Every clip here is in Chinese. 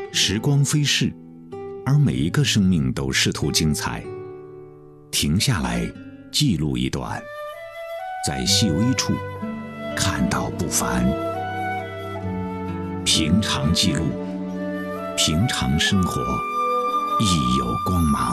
时光飞逝，而每一个生命都试图精彩。停下来，记录一段，在细微处看到不凡。平常记录，平常生活，亦有光芒。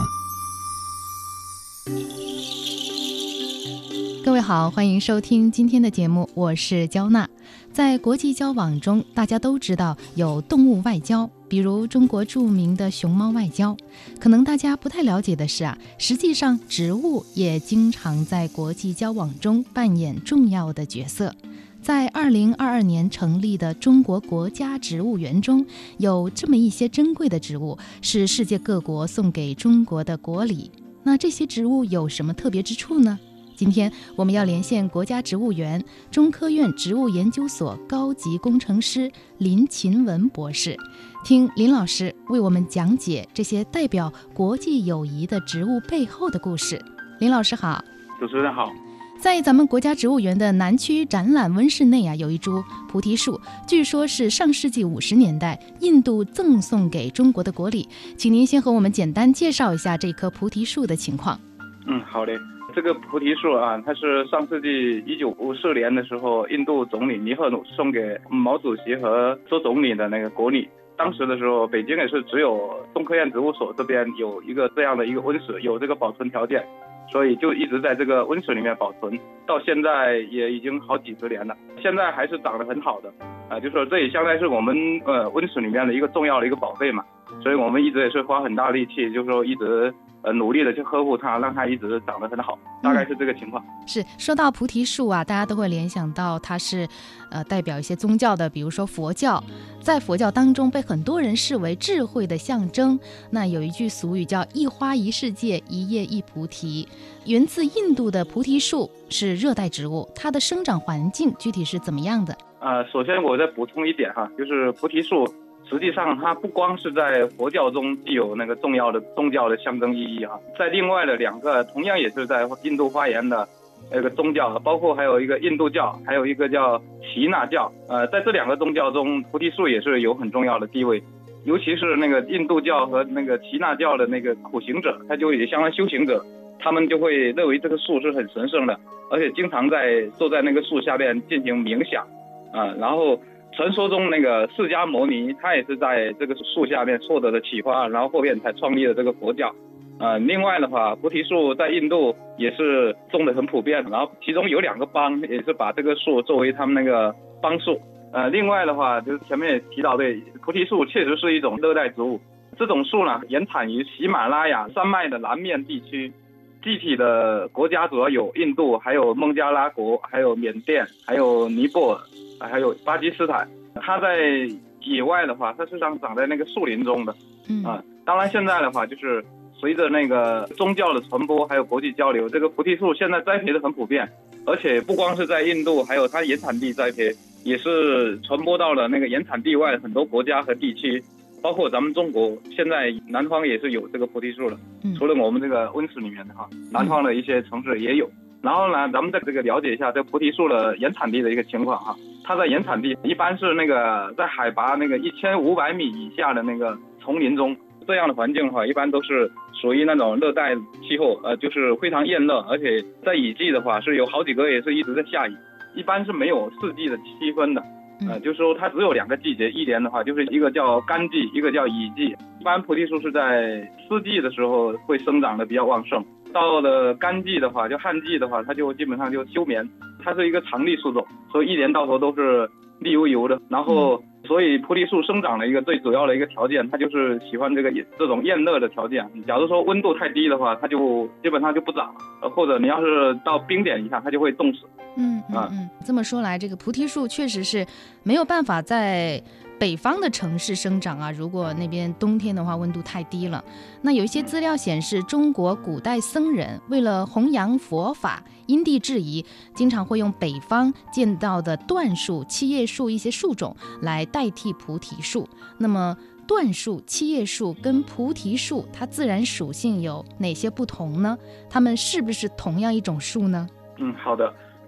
各位好，欢迎收听今天的节目，我是焦娜。在国际交往中，大家都知道有动物外交，比如中国著名的熊猫外交。可能大家不太了解的是实际上植物也经常在国际交往中扮演重要的角色。在2022年成立的中国国家植物园中，有这么一些珍贵的植物，是世界各国送给中国的国礼。那这些植物有什么特别之处呢？今天我们要连线国家植物园中科院植物研究所高级工程师林勤文博士，听林老师为我们讲解这些代表国际友谊的植物背后的故事。林老师好。 主持人好。 在咱们国家植物园的南区展览温室内有一株菩提树，据说是上世纪50年代印度赠送给中国的国礼，请您先和我们简单介绍一下这棵菩提树的情况。 好嘞。这个菩提树它是上世纪1954年的时候，印度总理尼赫鲁送给毛主席和周总理的那个国礼。当时的时候，北京也是只有中科院植物所这边有一个这样的一个温室，有这个保存条件，所以就一直在这个温室里面保存，到现在也已经好几十年了，现在还是长得很好的就说这也相当于是我们温室里面的一个重要的一个宝贝嘛，所以我们一直也是花很大力气，就是说一直努力的去呵护它，让它一直长得很好，大概是这个情况。 是，说到菩提树大家都会联想到它是代表一些宗教的，比如说佛教，在佛教当中被很多人视为智慧的象征。那有一句俗语叫一花一世界，一叶一菩提。源自印度的菩提树是热带植物，它的生长环境具体是怎么样的？ 首先我再补充一点就是菩提树实际上它不光是在佛教中具有那个重要的宗教的象征意义在另外的两个同样也是在印度发源的那个宗教，包括还有一个印度教，还有一个叫耆那教在这两个宗教中，菩提树也是有很重要的地位。尤其是那个印度教和那个耆那教的那个苦行者，他就也相当修行者，他们就会认为这个树是很神圣的，而且经常坐在那个树下面进行冥想然后传说中那个释迦牟尼他也是在这个树下面获得的启发，然后后面才创立了这个佛教另外的话，菩提树在印度也是种得很普遍，然后其中有2个邦也是把这个树作为他们那个邦树另外的话，就是前面也提到的，菩提树确实是一种热带植物，这种树呢原产于喜马拉雅山脉的南面地区，具体的国家主要有印度，还有孟加拉国，还有缅甸，还有尼泊尔，还有巴基斯坦。它在野外的话，它是长在那个树林中的当然现在的话，就是随着那个宗教的传播还有国际交流，这个菩提树现在栽培的很普遍，而且不光是在印度，还有它原产地栽培，也是传播到了那个原产地外很多国家和地区，包括咱们中国现在南方也是有这个菩提树的除了我们这个温室里面的南方的一些城市也有。然后呢，咱们在这个了解一下这菩提树的原产地的一个情况它在原产地一般是那个在海拔那个1500米以下的那个丛林中，这样的环境的话一般都是属于那种热带气候就是非常炎热，而且在雨季的话是有好几个月是一直在下雨，一般是没有四季的区分的就是说它只有2个季节，一年的话就是一个叫干季，一个叫雨季。一般菩提树是在湿季的时候会生长的比较旺盛，到了干季的话，就旱季的话，它就基本上就休眠。它是一个常绿树种，所以一年到头都是绿油油的。然后，所以菩提树生长的一个最主要的一个条件，它就是喜欢这种炎热的条件。假如说温度太低的话，它就基本上就不长了，或者你要是到冰点以下，它就会冻死。 这么说来，这个菩提树确实是没有办法在北方的城市生长如果那边冬天的话温度太低了。那有一些资料显示，中国古代僧人为了弘扬佛法，因地制宜，经常会用北方见到的椴树、七叶树一些树种来代替菩提树。那么椴树、七叶树跟菩提树它自然属性有哪些不同呢？它们是不是同样一种树呢？ 好的。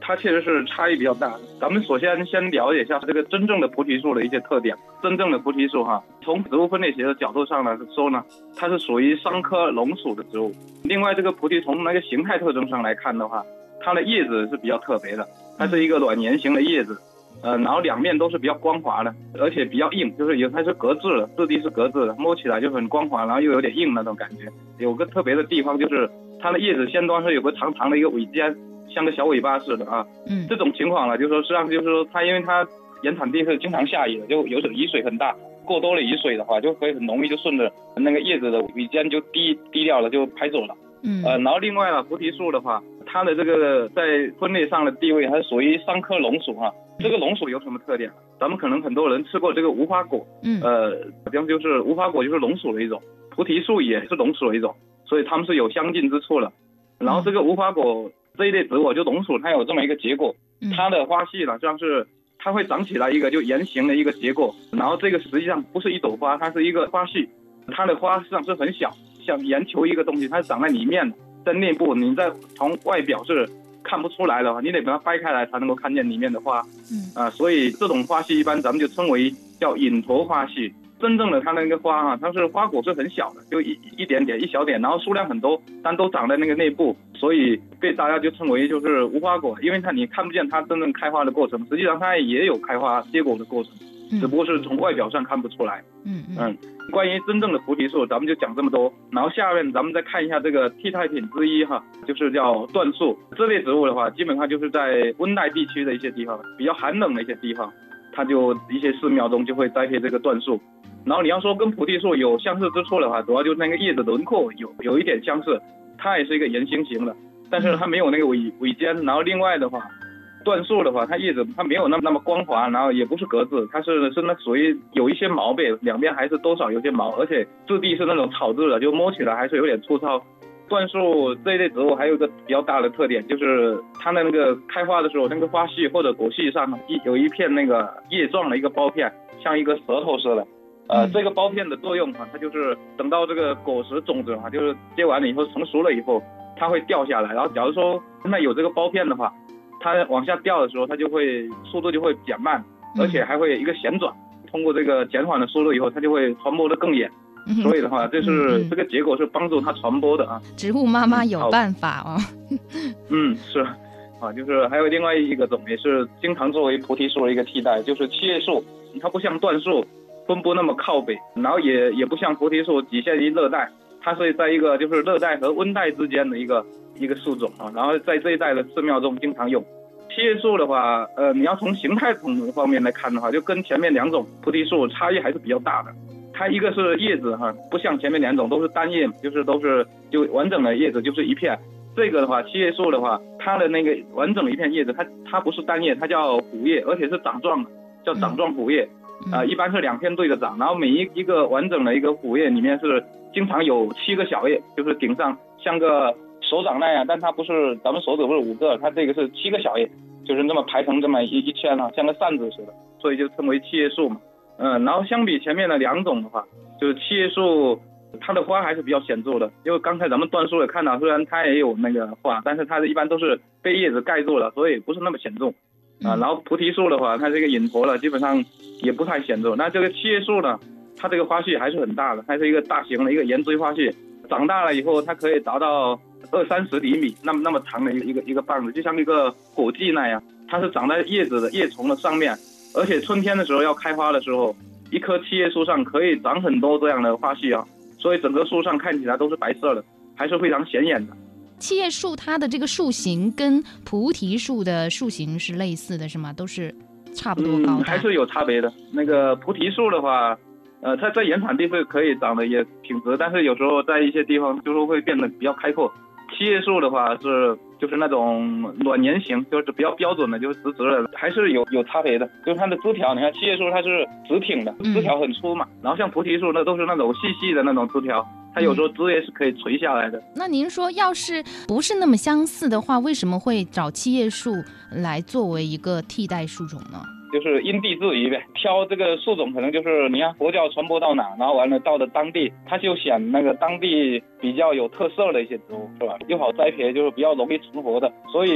它确实是差异比较大。咱们首先了解一下这个真正的菩提树的一些特点。真正的菩提树从植物分类学的角度上来说呢，它是属于桑科龙属的植物。另外，这个菩提从那个形态特征上来看的话，它的叶子是比较特别的，它是一个卵圆形的叶子，然后两面都是比较光滑的，而且比较硬，就是它是格质的，质地是格质的，摸起来就很光滑，然后又有点硬那种感觉。有个特别的地方就是它的叶子先端是有个长长的一个尾尖，像个小尾巴似的这种情况呢，就是说实际上就是说它因为它原产地是经常下雨的，就有时雨水很大，过多的雨水的话，就可以很容易就顺着那个叶子的尾尖就低掉了，就排走了。然后另外呢，菩提树的话，它的这个在分类上的地位还是属于桑科龙属这个龙属有什么特点？咱们可能很多人吃过这个无花果，比方就是无花果就是龙属的一种，菩提树也是龙属的一种，所以它们是有相近之处的。然后这个无花果这一类植物就龙属，它有这么一个结构，它的花系呢，像是它会长起来一个就圆形的一个结构，然后这个实际上不是一朵花，它是一个花系，它的花实际上是很小，像圆球一个东西，它是长在里面的，在内部你在从外表是看不出来的话，你得把它掰开来才能够看见里面的花。所以这种花系一般咱们就称为叫隐头花系。真正的它那个花它是花果是很小的，就一点点一小点，然后数量很多，但都长在那个内部，所以被大家就称为就是无花果。因为你看不见它真正开花的过程，实际上它也有开花结果的过程，只不过是从外表上看不出来。关于真正的菩提树咱们就讲这么多，然后下面咱们再看一下这个替代品之一就是叫椴树。这类植物的话基本上就是在温带地区的一些地方，比较寒冷的一些地方，它就一些寺庙中就会栽培这个椴树。然后你要说跟菩提树有相似之处的话，主要就是那个叶子轮廓有一点相似，它也是一个圆心型的，但是它没有那个尾尖。然后另外的话，椴树的话，它叶子它没有那么光滑，然后也不是格子，它是那属于有一些毛呗，两边还是多少有些毛，而且质地是那种草质的，就摸起来还是有点粗糙。椴树这一类植物还有一个比较大的特点，就是它的那个开花的时候，那个花序或者果序上有一片那个叶状的一个苞片，像一个舌头似的。这个苞片的作用它就是等到这个果实种子就是结完了以后成熟了以后，它会掉下来。然后假如说那有这个苞片的话，它往下掉的时候，它就会速度就会减慢，而且还会一个旋转。通过这个减缓的速度以后，它就会传播得更远。所以的话，这个结果是帮助它传播的植物妈妈有办法是就是还有另外一个种也是经常作为菩提树的一个替代，就是七叶树。它不像椴树分布那么靠北，然后也不像菩提树局限于热带，它是在一个就是热带和温带之间的一个树种然后在这一带的寺庙中经常用。七叶树的话你要从形态方面来看的话，就跟前面两种菩提树差异还是比较大的。它一个是叶子不像前面两种都是单叶，就是都是就完整的叶子就是一片。这个的话七叶树的话，它的那个完整的一片叶子它不是单叶，它叫虎叶，而且是掌状的，叫掌状虎叶。一般是两片对着长，然后每一个完整的一个虎叶里面是经常有7个小叶，就是顶上像个手掌那样，但它不是咱们手指不是5个，它这个是7个小叶，就是这么排成这么一圈像个扇子似的，所以就称为七叶树嘛。然后相比前面的两种的话，就是七叶树它的花还是比较显著的，因为刚才咱们椴树也看到，虽然它也有那个花，但是它一般都是被叶子盖住了，所以不是那么显著。然后菩提树的话，它这个隐头了，基本上也不太显著。那这个七叶树呢，它这个花序还是很大的，它是一个大型的一个圆锥花序，长大了以后它可以达到20-30厘米那么长的一个棒子，就像一个果荠那样，它是长在叶子的叶丛的上面，而且春天的时候要开花的时候，一棵七叶树上可以长很多这样的花序所以整个树上看起来都是白色的，还是非常显眼的。 七叶树它的这个树形跟菩提树的树形是类似的是吗？都是差不多高大？ 还是有差别的。那个菩提树的话它在原产地是可以长得也挺直，但是有时候在一些地方就是会变得比较开阔。七叶树的话就是那种卵圆形，就是比较标准的，就是直直的，还是有差别的。就是它的枝条，你看七叶树它是直挺的，枝条很粗嘛，然后像菩提树那都是那种细细的那种枝条，它有时候枝叶是可以垂下来的。 那您说要是不是那么相似的话，为什么会找七叶树来作为一个替代树种呢？ 就是因地制宜呗，挑这个树种可能就是你看佛教传播到哪，然后完了到了当地，它就选那个当地比较有特色的一些植物，是吧？又好栽培，就是比较容易存活的。所以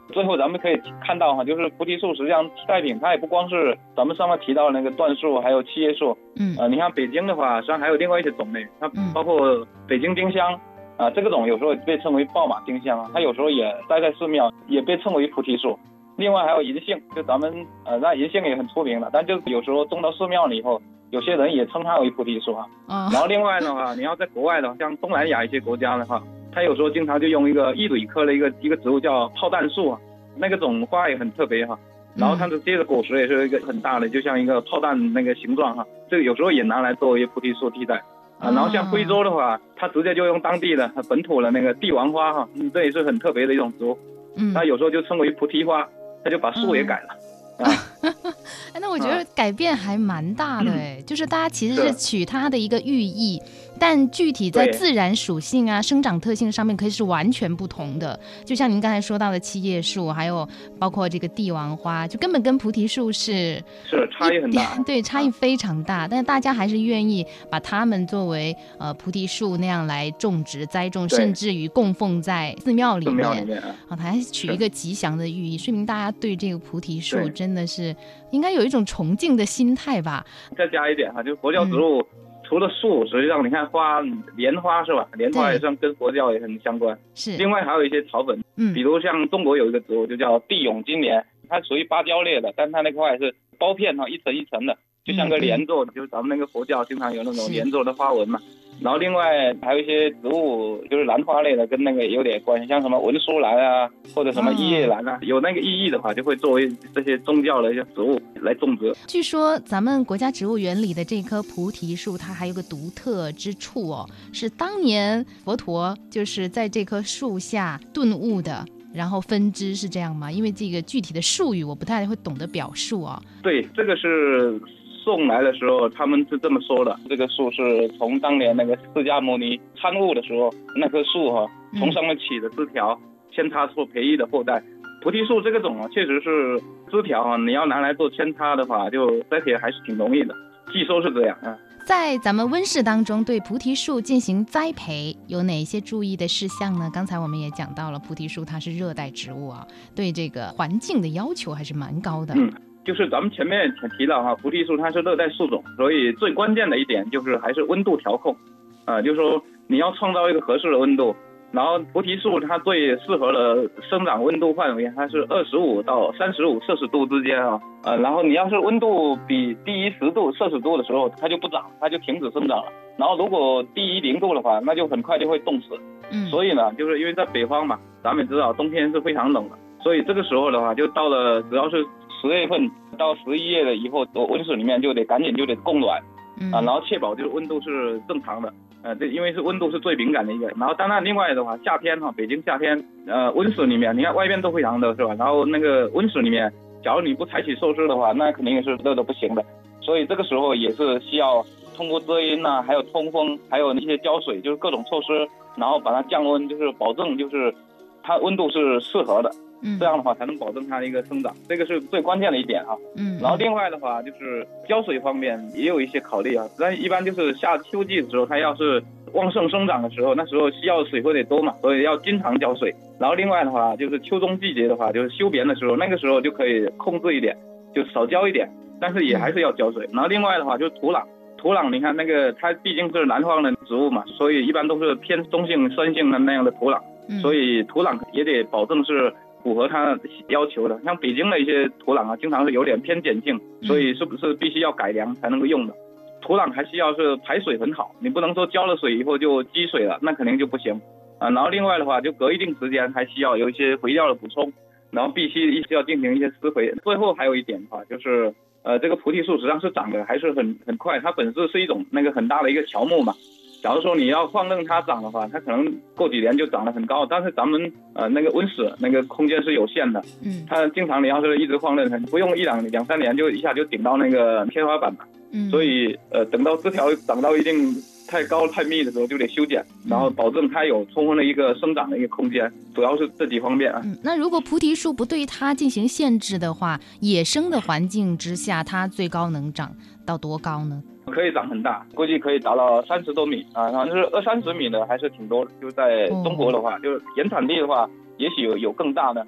最后咱们可以看到哈，就是菩提树实际上替代品，它也不光是咱们上面提到的那个椴树，还有七叶树。你看北京的话，实际上还有另外一些种类，它包括北京丁香这个种有时候被称为爆马丁香，它有时候也栽在寺庙，也被称为菩提树。另外还有银杏，就咱们那银杏也很出名的，但就有时候种到寺庙了以后，有些人也称它为菩提树然后另外的话，你要在国外的话，像东南亚一些国家的话，它有时候经常就用一个异蕊科的一个植物叫炮弹树那个种花也很特别然后它的结的果实也是一个很大的，就像一个炮弹那个形状这个有时候也拿来作为菩提树替代然后像徽州的话，它直接就用当地的本土的那个帝王花这也是很特别的一种植物它有时候就称为菩提花，它就把树也改了那我觉得改变还蛮大的就是大家其实是取它的一个寓意，但具体在自然属性生长特性上面可以是完全不同的。就像您刚才说到的七叶树，还有包括这个帝王花，就根本跟菩提树是差异很大对，差异非常大但是大家还是愿意把它们作为菩提树那样来种植栽种，甚至于供奉在寺庙里面它还取一个吉祥的寓意，说明大家对这个菩提树真的是应该有一种崇敬的心态吧。 再加一点就是佛教植物除了树，实际上你看花，莲花是吧？莲花也算跟佛教也很相关。 是。 另外还有一些草本，比如像中国有一个植物就叫地涌金莲，它属于芭蕉类的，但它那块是包片一层一层的，就像个莲座，就是咱们那个佛教经常有那种莲座的花纹嘛。然后另外还有一些植物就是兰花类的，跟那个有点关系，像什么文殊兰或者什么一叶兰有那个意义的话，就会作为这些宗教的一些植物来种植。 据说咱们国家植物园里的这棵菩提树，它还有个独特之处是当年佛陀就是在这棵树下顿悟的，然后分支是这样吗？因为这个具体的术语我不太会懂得表述对，这个是送来的时候他们是这么说的，这个树是从当年那个释迦牟尼参悟的时候，那棵树从上面起的枝条扦插出培育的后代。菩提树这个种确实是枝条你要拿来做扦插的话，就栽培还是挺容易的，据说是这样在咱们温室当中对菩提树进行栽培有哪些注意的事项呢？刚才我们也讲到了菩提树它是热带植物对这个环境的要求还是蛮高的就是咱们前面提到菩提树它是热带树种，所以最关键的一点就是还是温度调控就是说你要创造一个合适的温度，然后菩提树它最适合的生长温度范围它是25到35摄氏度之间然后你要是温度比低于10度摄氏度的时候它就不长，它就停止生长了，然后如果低于0度的话那就很快就会冻死所以呢就是因为在北方嘛，咱们也知道冬天是非常冷的，所以这个时候的话就到了只要是10月份到11月了以后，温室里面就得赶紧就得供暖然后确保就是温度是正常的这因为是温度是最敏感的一个。然后当然另外的话，夏天北京夏天温室里面你看外边都非常的是吧，然后那个温室里面假如你不采取措施的话，那肯定也是热的不行的，所以这个时候也是需要通过遮阴还有通风，还有一些浇水，就是各种措施，然后把它降温，就是保证就是它温度是适合的这样的话才能保证它的一个生长，这个是最关键的一点然后另外的话就是浇水方面也有一些考虑但一般就是夏秋季的时候，它要是旺盛生长的时候，那时候需要水会得多嘛，所以要经常浇水。然后另外的话就是秋冬季节的话，就是休眠的时候，那个时候就可以控制一点，就少浇一点，但是也还是要浇水。然后另外的话就是土壤你看那个它毕竟是南方的植物嘛，所以一般都是偏中性酸性的那样的土壤所以土壤也得保证是符合它要求的。像北京的一些土壤经常是有点偏碱性，所以是不是必须要改良才能够用的。土壤还需要是排水很好，你不能说浇了水以后就积水了，那肯定就不行然后另外的话就隔一定时间还需要有一些肥料的补充，然后必须要进行一些施肥。最后还有一点就是这个菩提树实际上是长得还是很快，它本身是一种那个很大的一个乔木嘛，假如说你要放任它长的话，它可能过几年就长得很高，但是咱们那个温室那个空间是有限的它经常你要是一直放任它，不用两三年就一下就顶到那个天花板了所以等到枝条长到一定太高太密的时候就得修剪，然后保证它有充分的一个生长的一个空间，主要是这几方面那如果菩提树不对它进行限制的话，野生的环境之下它最高能长到多高呢？ 可以长很大，估计可以达到30多米反正是20-30米的还是挺多的。就在中国的话就是原产地的话也许有更大的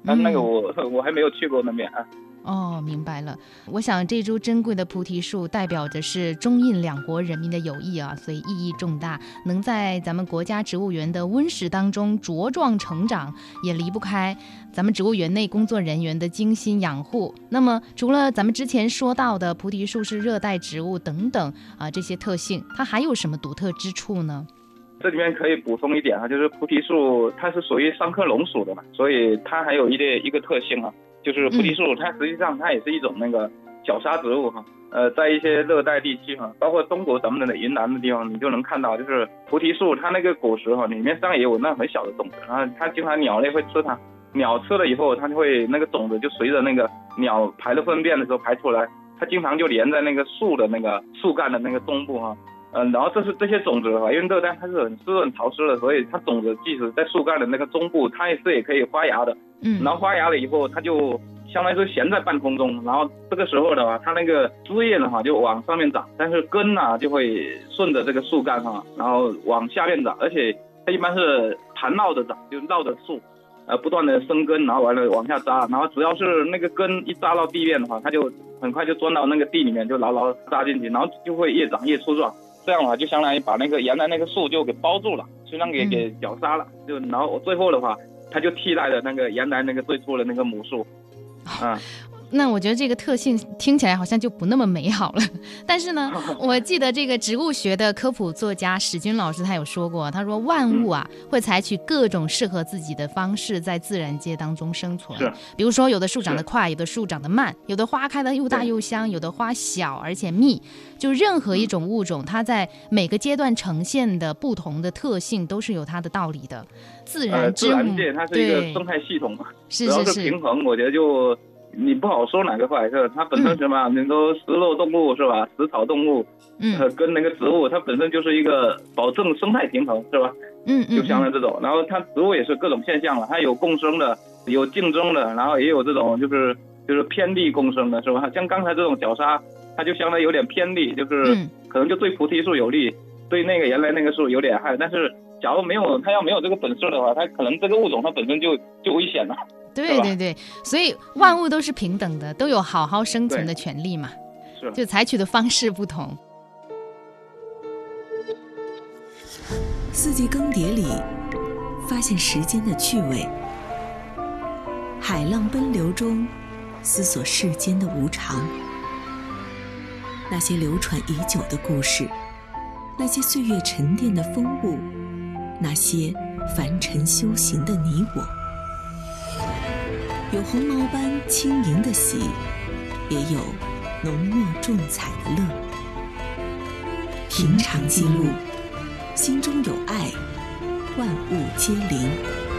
但是那个我还没有去过那边啊。 哦，明白了。我想这株珍贵的菩提树代表着是中印两国人民的友谊啊，所以意义重大。能在咱们国家植物园的温室当中茁壮成长，也离不开咱们植物园内工作人员的精心养护。那么除了咱们之前说到的菩提树是热带植物等等这些特性，它还有什么独特之处呢？ 这里面可以补充一点啊，就是菩提树它是属于桑科龙属的嘛，所以它还有一个特性啊，就是菩提树它实际上它也是一种那个角鲨植物哈。在一些热带地区哈，包括中国咱们的云南的地方，你就能看到，就是菩提树它那个果实哈，里面上也有那很小的种子，然后它经常鸟类会吃它，鸟吃了以后，它就会那个种子就随着那个鸟排了粪便的时候排出来，它经常就连在那个树的那个树干的那个中部哈。然后这些种子哈，因为热带它是很湿很潮湿的，所以它种子即使在树干的那个中部，它也可以发芽的。然后发芽了以后，它就相当于是悬在半空中，然后这个时候的话，它那个枝叶呢就往上面长，但是根呢就会顺着这个树干然后往下面长，而且它一般是盘绕着长，就绕着树，不断的生根，然后完了往下扎，然后只要是那个根一扎到地面的话，它就很快就钻到那个地里面，就牢牢扎进去，然后就会越长越粗壮。这样的话就相当于把那个原来那个树就给包住了，实际上给绞杀了，就然后最后的话，它就替代了那个原来那个最初的那个母树， 那我觉得这个特性听起来好像就不那么美好了。但是呢，我记得这个植物学的科普作家史军老师他有说过，他说万物会采取各种适合自己的方式在自然界当中生存。比如说有的树长得快，有的树长得慢，有的花开得又大又香，有的花小而且密。就任何一种物种，它在每个阶段呈现的不同的特性都是有它的道理的。自然界它是一个生态系统嘛， 只要是平衡，我觉得就你不好说哪个坏，是它本身什么，你说食肉动物是吧？食草动物，跟那个植物，它本身就是一个保证生态平衡，是吧？就像这种，然后它植物也是各种现象了，它有共生的，有竞争的，然后也有这种就是偏利共生的，是吧？像刚才这种绞杀，它就相当于有点偏利，就是可能就对菩提树有利，对那个原来那个树有点害，但是假如它要没有这个本事的话，它可能这个物种它本身就危险了。 对，所以万物都是平等的，都有好好生存的权利嘛，就采取的方式不同。 四季更迭里，发现时间的趣味；海浪奔流中，思索世间的无常。那些流传已久的故事，那些岁月沉淀的风物，那些凡尘修行的你我。有红毛般轻盈的喜，也有浓墨重彩的乐。平常记录，心中有爱，万物皆灵。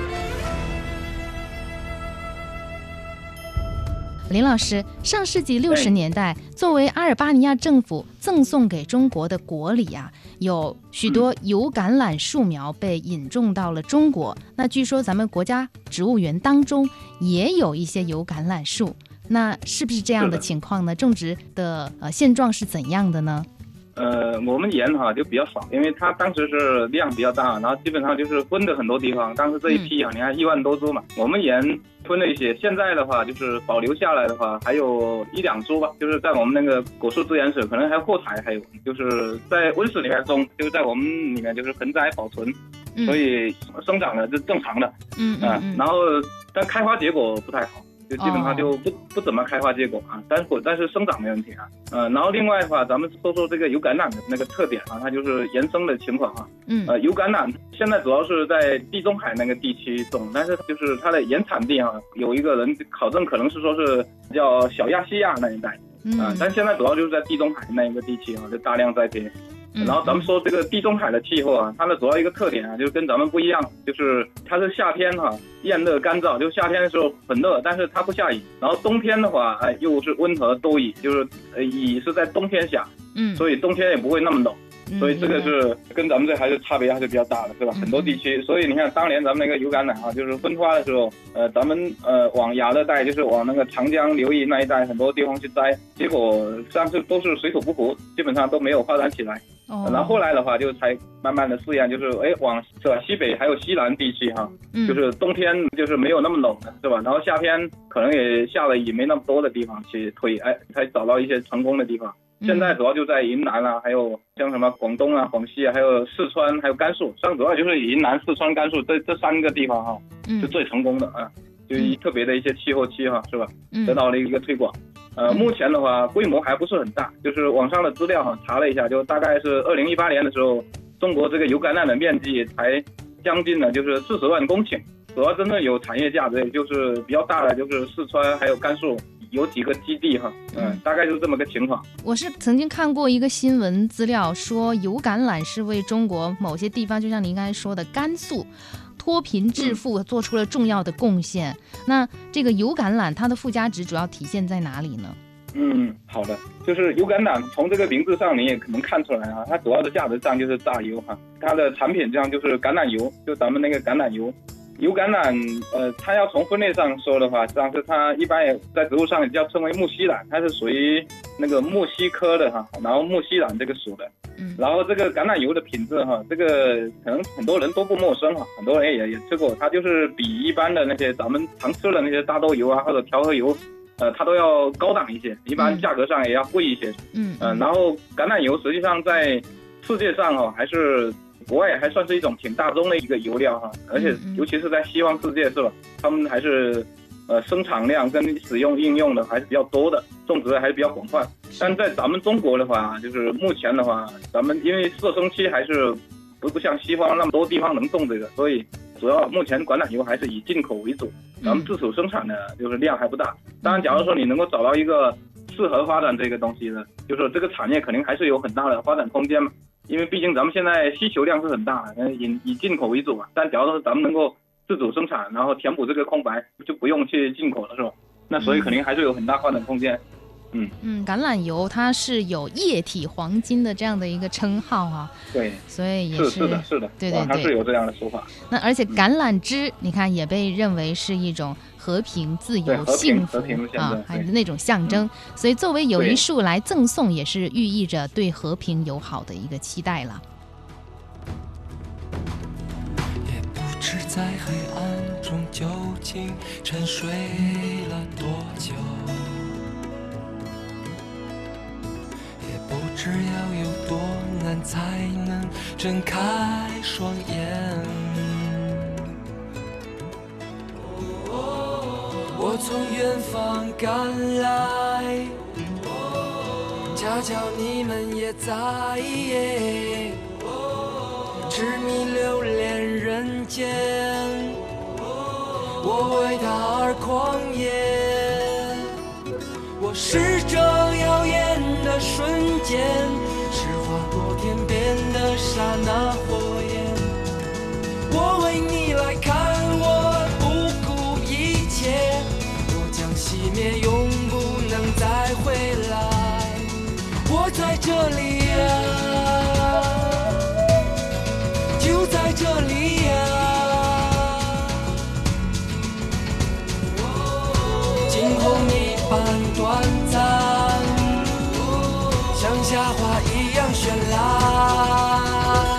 林老师，上世纪60年代，作为阿尔巴尼亚政府赠送给中国的国礼有许多油橄榄树苗被引种到了中国。那据说咱们国家植物园当中也有一些油橄榄树，那是不是这样的情况呢？种植的现状是怎样的呢？ 我们盐就比较少，因为它当时是量比较大，然后基本上就是分的很多地方。当时这一批你看1万多株嘛，我们盐分了一些。现在的话，就是保留下来的话，还有1、2株吧，就是在我们那个果树资源室，可能还有后台，还有就是在温室里面种，就是在我们里面就是盆栽保存，所以生长的是正常的。然后但开花结果不太好。就基本上就不怎么开花结果但是生长没问题然后另外的话，咱们说这个油橄榄的那个特点它就是延生的情况油橄榄现在主要是在地中海那个地区种，但是就是它的原产地有一个人考证，可能是说是叫小亚细亚那一带但现在主要就是在地中海那一个地区就大量栽培。然后咱们说这个地中海的气候它的主要一个特点就是跟咱们不一样，就是它是夏天炎热干燥，就夏天的时候很热，但是它不下雨。然后冬天的话又是温和多雨，就是雨是在冬天下，所以冬天也不会那么冷。所以这个是跟咱们这还是差别还是比较大的，是吧？很多地区，所以你看当年咱们那个油橄榄就是分花的时候，咱们往亚热带，就是往那个长江流域那一带很多地方去摘，结果实际上是都是水土不服，基本上都没有发展起来。 然后后来的话就才慢慢的试验，就是往是吧西北还有西南地区哈，就是冬天就是没有那么冷的是吧？然后夏天可能也下了雨没那么多的地方去推，才找到一些成功的地方。现在主要就在云南啊，还有像什么广东啊、广西啊，还有四川，还有甘肃，像主要就是云南、四川、甘肃这3个地方哈，是最成功的啊，就特别的一些气候区哈，是吧？得到了一个推广。目前的话规模还不是很大，就是网上的资料哈查了一下，就大概是2018年的时候，中国这个油橄榄的面积才将近呢就是40万公顷，主要真正有产业价值也就是比较大的就是四川还有甘肃。有几个基地哈，大概就是这么个情况。 我是曾经看过一个新闻资料，说油橄榄是为中国某些地方，就像您刚才说的甘肃脱贫致富做出了重要的贡献。那这个油橄榄它的附加值主要体现在哪里呢？ 好的，就是油橄榄从这个名字上你也可能看出来啊，它主要的价值上就是榨油哈，它的产品上就是橄榄油，就咱们那个橄榄油。油橄榄，它要从分类上说的话，实际上是它一般也在植物上也叫称为木犀兰，它是属于那个木犀科的哈，然后木犀兰这个属的。然后这个橄榄油的品质哈，这个可能很多人都不陌生哈，很多人也吃过，它就是比一般的那些咱们常吃的那些大豆油啊或者调和油，它都要高档一些，一般价格上也要贵一些。然后橄榄油实际上在世界上哈还是。国外还算是一种挺大众的一个油料哈，而且尤其是在西方世界是吧？他们还是生产量跟使用应用的还是比较多的，种植还是比较广泛。但在咱们中国的话，就是目前的话，咱们因为射生期还是不像西方那么多地方能种这个，所以主要目前橄榄油还是以进口为主，咱们自主生产的就是量还不大。当然，假如说你能够找到一个适合发展这个东西的，就是说这个产业肯定还是有很大的发展空间嘛。因为毕竟咱们现在需求量是很大的，以进口为主嘛。但假如说咱们能够自主生产，然后填补这个空白，就不用去进口了，是吧？那所以肯定还是有很大发展空间。 橄榄油它是有液体黄金的这样的一个称号啊。 对， 所以也是的，对，它是有这样的说法。 那而且橄榄枝，你看也被认为是一种和平、自由、幸福啊，还是那种象征。所以作为有一树来赠送，也是寓意着对和平友好的一个期待了。 也不知在黑暗中究竟沉睡了多久，也不知要有多难才能睁开双眼。我从远方赶来，恰巧你们也在，痴迷留恋人间，我为他而狂野。我是这耀眼的瞬间，是划过天边的刹那火焰。我为你来看，我不顾一切，我将熄灭，永不能再回来。我在这里啊，就在这里啊，惊鸿一般短暂，像夏花一样绚烂。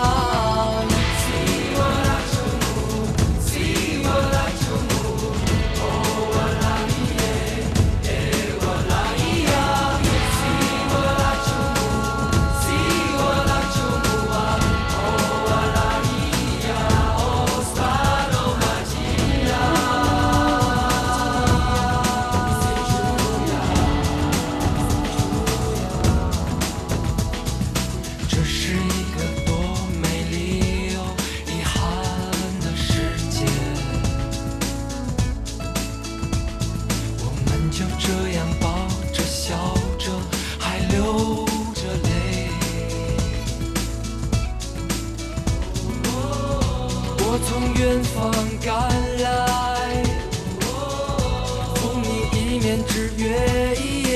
我从远方赶来，送你一面之约。